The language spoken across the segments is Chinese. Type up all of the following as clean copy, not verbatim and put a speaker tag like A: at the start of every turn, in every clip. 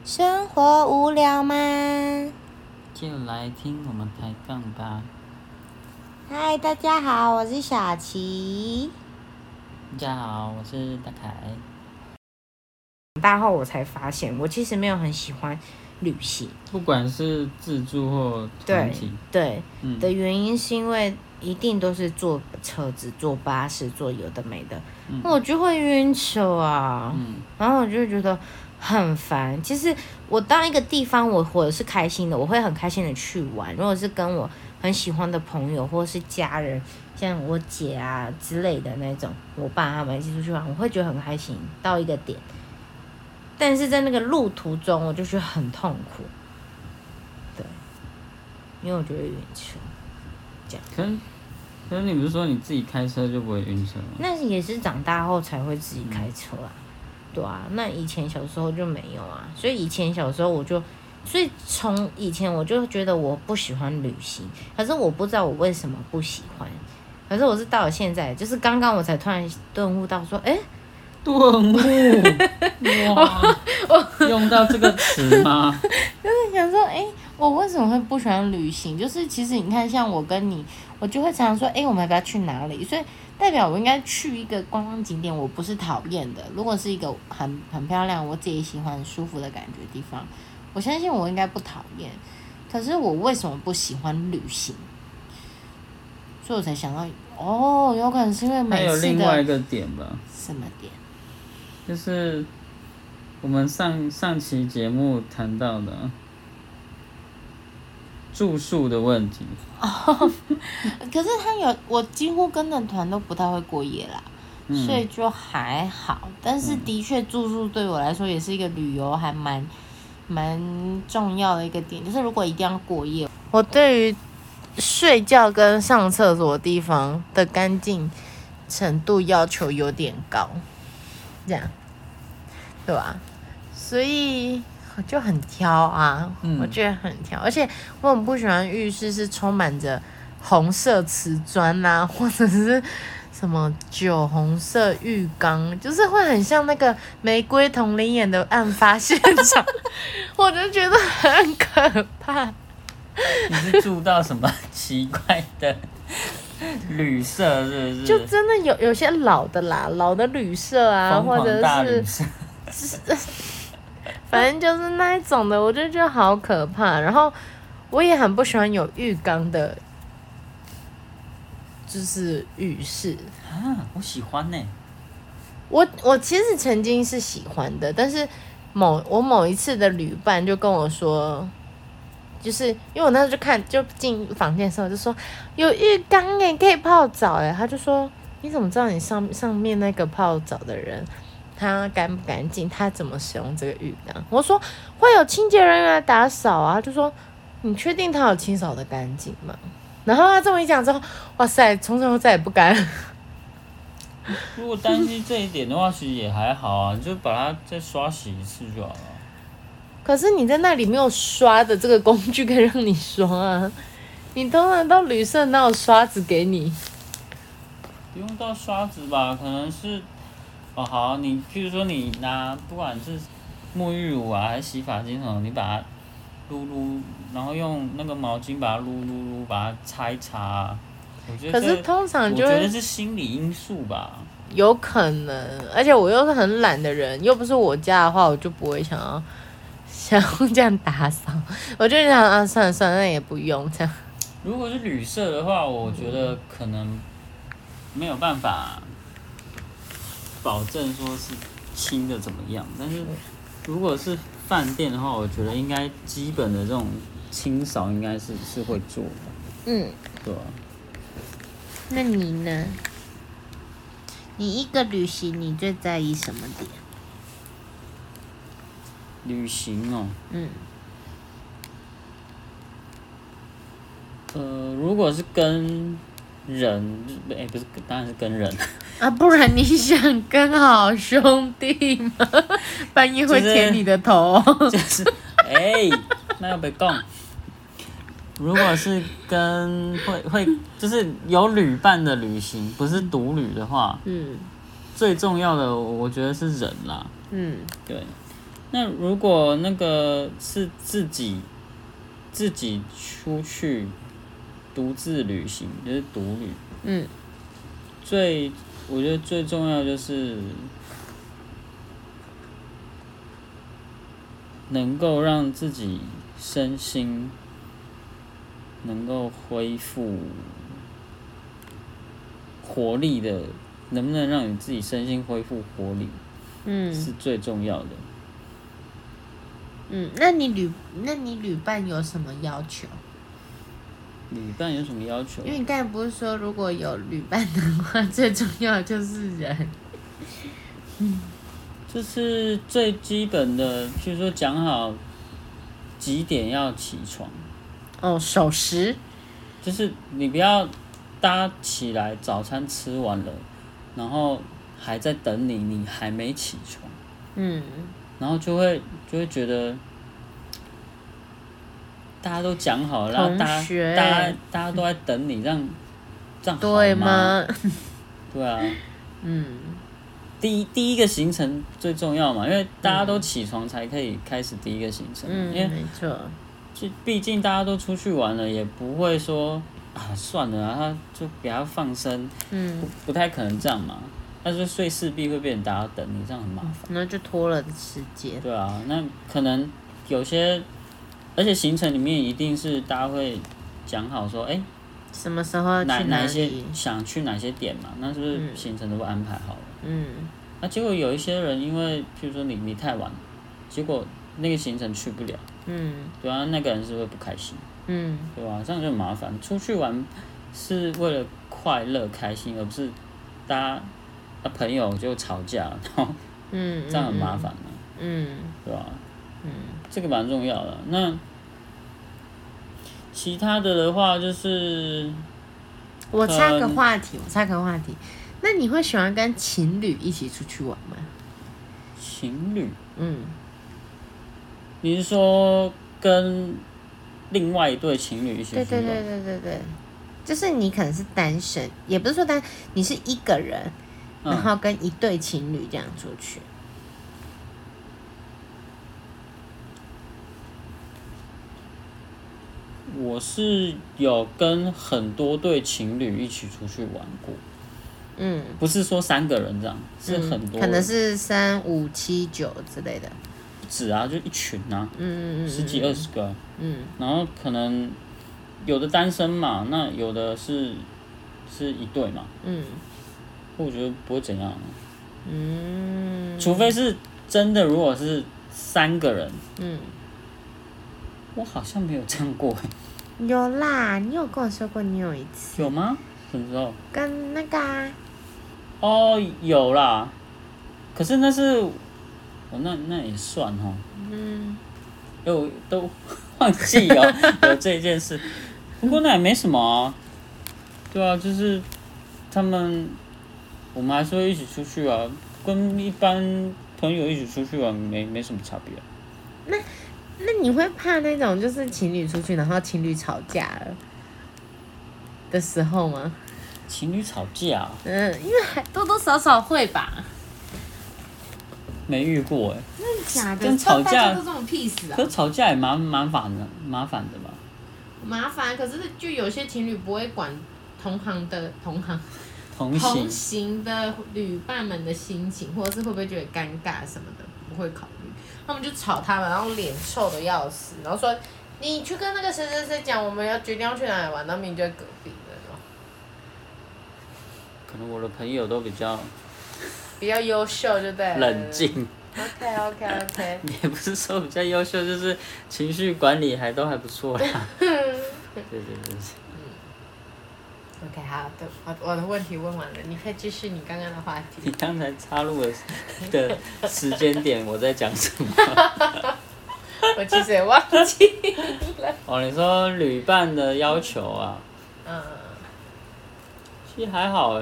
A: 生活无聊吗？
B: 就来听我们抬杠吧。
A: 嗨，大家好，我是小琪。
B: 大家好，我是大凯。
A: 长大后我才发现，我其实没有很喜欢旅行，
B: 不管是自助或团体，
A: 对、的原因是因为一定都是坐车子、坐巴士、坐有的没的，我就会晕车啊。然后我就觉得很烦。其实我到一个地方，我活的是开心的，我会很开心的去玩。如果是跟我很喜欢的朋友或是家人，像我姐啊之类的那种，我爸他们一起出去玩，我会觉得很开心到一个点。但是在那个路途中，我就觉得很痛苦。对，因为我觉得晕车。这样。
B: 可是你不是说你自己开车就不会晕车吗？
A: 那也是长大后才会自己开车啊。对啊，那以前小时候就没有啊，所以以前小时候所以从以前我就觉得我不喜欢旅行，可是我不知道我为什么不喜欢，可是我是到了现在，就是刚刚我才突然顿悟到说，
B: 顿悟，哇，用到这个词吗？
A: 就是想说，我为什么会不喜欢旅行？就是其实你看，像我跟你，我就会常常说，我们要不要去哪里？所以代表我应该去一个观光景点，我不是讨厌的。如果是一个很漂亮、我自己喜欢、很舒服的感觉的地方，我相信我应该不讨厌。可是我为什么不喜欢旅行？所以我才想到，有可能是因为每次的。
B: 还有另外一个点吧。
A: 什么点？就是
B: 我们上期节目谈到的住宿的问题。
A: 可是我几乎跟的团都不太会过夜啦，所以就还好。但是的确住宿对我来说也是一个旅游还蛮重要的一个点，就是如果一定要过夜，我对于睡觉跟上厕所的地方的干净程度要求有点高，这样，对吧？所以我就很挑啊，我觉得很挑，而且我很不喜欢浴室是充满着红色瓷砖啊，或者是什么酒红色浴缸，就是会很像那个玫瑰瞳铃眼的案发现场，我就觉得很可怕。
B: 你是住到什么奇怪的旅社是不是？
A: 就真的有些老的啦，老的旅社啊，或者是反正就是那一种的，我就觉得好可怕。然后我也很不喜欢有浴缸的，就是浴室
B: 啊，我喜欢呢。
A: 我其实曾经是喜欢的，但是我某一次的旅伴就跟我说，就是因为我那时候就进房间的时候就说有浴缸可以泡澡他就说你怎么知道你上面那个泡澡的人他干不干净，他怎么使用这个浴缸？我说会有清洁人员来打扫啊，他就说你确定他有清扫的干净吗？然后他这么一讲之后，哇塞，从此后再也不干了。
B: 如果担心这一点的话，其实也还好啊，你就把它再刷洗一次就好了。
A: 可是你在那里没有刷的这个工具可以让你刷啊，你通常到旅社哪有刷子给你？
B: 不用到刷子吧，可能是好，你譬如说你拿不管是沐浴乳啊还是洗发精什么，你把它撸，然后用那个毛巾把它撸，把它擦一擦。我觉得
A: 可是通常
B: 我觉得是心理因素吧。
A: 有可能，而且我又是很懒的人，又不是我家的话，我就不会想要这样打扫。我就想算了，那也不用这样。
B: 如果是旅社的话，我觉得可能没有办法保证说是清的怎么样，但是如果是饭店的话，我觉得应该基本的这种清扫应该是会做的。对啊。
A: 那你呢？你一个旅行，你最在意什么点？
B: 旅行哦。如果是跟人，不是，当然是跟人
A: 啊，不然你想跟好兄弟吗？半夜会舔你的头。
B: 就是那要被讲。如果是跟会就是有旅伴的旅行，不是独旅的话，最重要的我觉得是人啦。对， 那如果那个是自己出去独自旅行，就是独旅，我觉得最重要就是能够让自己身心能够恢复活力的，能不能让你自己身心恢复活力，是最重要的。
A: 那你旅伴有什么要求？
B: 旅伴有什么要求？
A: 因为你刚才不是说如果有旅伴的话，最重要的就是人。
B: 这是最基本的，譬如说讲好几点要起床。
A: 守时。
B: 就是你不要大家起来早餐吃完了，然后还在等你，你还没起床。然后就会觉得大家都讲好了，然后大家都在等你，这样好吗？
A: 对吗？
B: 对啊。第一个行程最重要嘛，因为大家都起床才可以开始第一个行程。因为
A: 没错。
B: 毕竟大家都出去玩了，也不会说算了啊，他就给他放生，不太可能这样嘛。但是所以势必会变成大家等你，这样很麻烦。
A: 那就拖了时间。
B: 对啊，那可能有些，而且行程里面一定是大家会讲好说，
A: 什么时候去哪
B: 些
A: 里，
B: 想去哪些点嘛，那是不是行程都会安排好了？那结果有一些人因为，譬如说你太晚，结果那个行程去不了，对啊，那个人是会不开心，对吧？这样就很麻烦。出去玩是为了快乐开心，而不是大家朋友就吵架，然后这样很麻烦的，对吧？这个蛮重要的。那其他的话就是，
A: 我插个话题，那你会喜欢跟情侣一起出去玩吗？
B: 情侣，你是说跟另外一对情侣一起出去玩？
A: 对，就是你可能是单身，也不是说你是一个人，然后跟一对情侣这样出去。
B: 我是有跟很多对情侣一起出去玩过，不是说3个人这样，是很多人，
A: 可能是3、5、7、9之类的，
B: 不止啊，就一群啊，10几20个，然后可能有的单身嘛，那有的是一对嘛，我觉得不会怎样，除非是真的，如果是3个人，我好像没有这样过。
A: 有啦，你有跟我说过你有一次。
B: 有吗？什么时候？
A: 跟那个
B: 有啦，可是那是那也算齁。我都忘记有这件事，不过那也没什么啊。对啊，就是我们还是会一起出去啊，跟一般朋友一起出去玩没什么差别啊。
A: 那你会怕那种就是情侣出去，然后情侣吵架了的时候吗？
B: 情侣吵架？
A: 因为还多多少少会吧。
B: 没遇过
A: 真的假的？
B: 跟吵架
A: 大家都这么peace啊？
B: 可是吵架也蛮烦的吧？
A: 麻烦，可是就有些情侣不会管同行同行的旅伴们的心情，或者是会不会觉得尴尬什么的，不会考虑。他们就吵他们，然后脸臭的要死，然后说你去跟那个谁讲，我们决定要去哪里玩，那明明就在隔壁的那种。
B: 可能我的朋友都比较
A: 优秀，就对了。
B: 冷静。
A: OK。
B: 也不是说比较优秀，就是情绪管理都还不错啦。对。
A: OK， 好的，我的问题问完了，你可以继续你刚刚的话题。
B: 你刚才插入的时间点，我在讲什么？
A: 我其实也忘记了。
B: 你说旅伴的要求啊？其实还好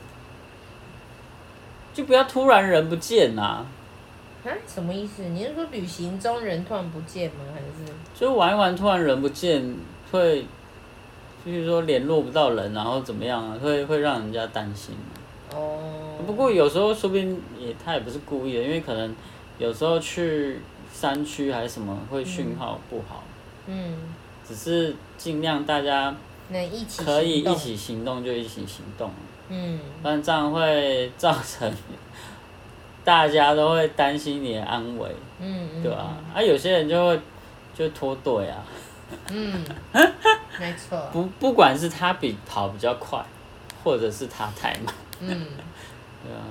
B: 就不要突然人不见啊。
A: 什么意思？你是说旅行中人突然不见吗？还是？
B: 就玩一玩，突然人不见，会。就是说联络不到人，然后怎么样啊？会让人家担心。不过有时候说不定他也不是故意的，因为可能有时候去山区还是什么会讯号不好，只是尽量大家
A: 能一起
B: 可以一起行动就一起行动，但这样会造成大家都会担心你的安危，对吧？有些人就脱队啊，
A: 没错，
B: 不管是他跑比较快，或者是他太慢，对啊，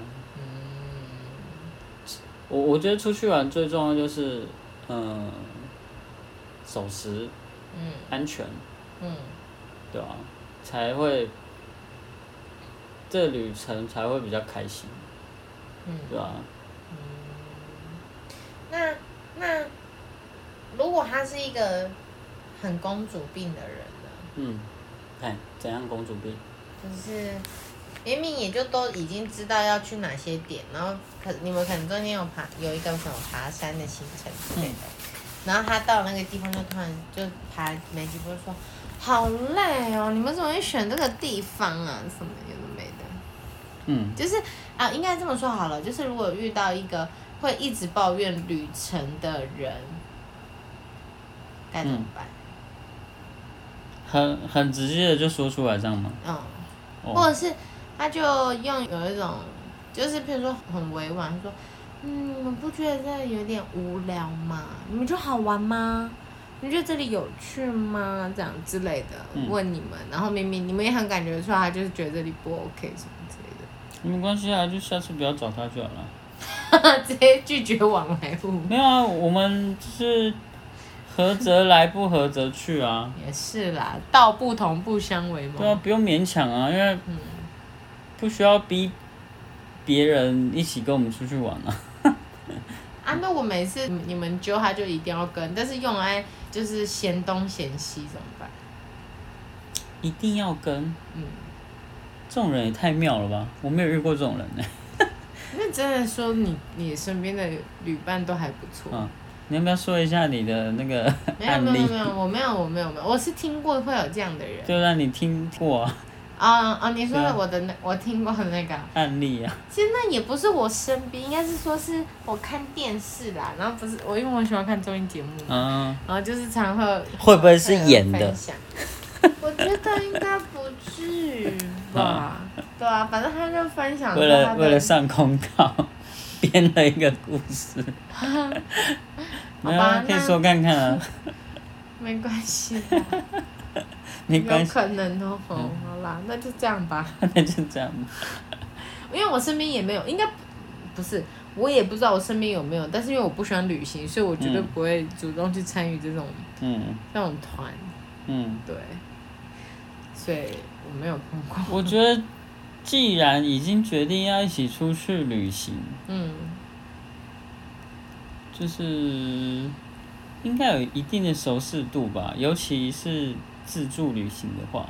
B: 我觉得出去玩最重要就是守时，安全，对吧？才会这旅程才会比较开心，对吧？
A: 那如果他是一个很公主病的人呢？
B: 怎样公主病？
A: 就是明明也就都已经知道要去哪些点，然后你们可能中间有一个什么爬山的行程之类的，然后他到那个地方就突然就爬没几步说好累哦，你们怎么会选这个地方啊？什么有的没的，就是应该这么说好了，就是如果遇到一个会一直抱怨旅程的人，该怎么办？
B: 很直接的就说出来这样吗？
A: 或者是他就有一种，就是譬如说很委婉说，你们不觉得这有点无聊吗？你们觉得好玩吗？你觉得这里有趣吗？这样之类的问你们，然后明明你们也很感觉出来，他就是觉得这里不 OK 什么之类的。
B: 没关系啊，就下次不要找他就好了。
A: 直接拒绝往来户。
B: 没有啊，我们就是合则来，不合则去啊。
A: 也是啦，道不同不相为谋。
B: 对啊，不用勉强啊，因为不需要逼别人一起跟我们出去玩啊。
A: 那我每次你们揪他就一定要跟，但是用来就是嫌东嫌西怎么办？
B: 一定要跟？这种人也太妙了吧！我没有遇过这种人呢。
A: 那真的说你身边的旅伴都还不错。
B: 你要不要说一下你的那个案例？
A: 没有，我没有，我是听过会有这样的人。
B: 就让你听过
A: 你说的我听过的那个
B: 案例啊。
A: 其实那也不是我身边，应该是说是我看电视啦，然后不是我，因为我喜欢看综艺节目嘛，然后就是常
B: 会不会是演的？
A: 我觉得应该不至于吧，对啊，反正他就分享
B: 为了上公告编了一个故事。没有可以说看看啊。
A: 没关系的。
B: 没关系，
A: 有可能哦。好啦，那就这样吧。
B: 那就这样吧。
A: 因为我身边也没有，应该不是，我也不知道我身边有没有，但是因为我不喜欢旅行，所以我绝对不会主动去参与这种团。对。所以我没有碰过。
B: 我觉得，既然已经决定要一起出去旅行，就是应该有一定的熟识度吧，尤其是自助旅行的话。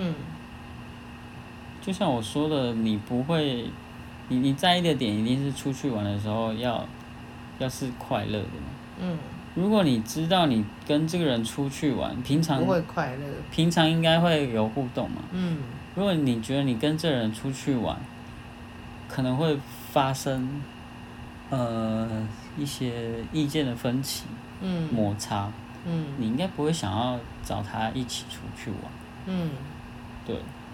B: 就像我说的，你不会，你在意的点一定是出去玩的时候要是快乐的嘛。如果你知道你跟这个人出去玩，平常
A: 不会快乐，
B: 平常应该会有互动嘛。如果你觉得你跟这个人出去玩，可能会发生一些意见的分歧，摩擦，你应该不会想要找他一起出去玩。对。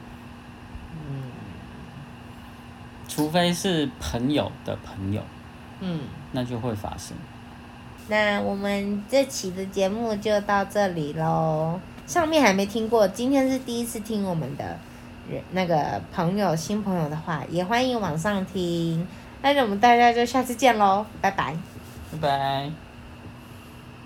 B: 除非是朋友的朋友，那就会发生。
A: 那我们这期的节目就到这里咯。上面还没听过，今天是第一次听我们的那个新朋友的话，也欢迎往上听。那我们大家就下次见咯，拜拜。
B: 拜拜。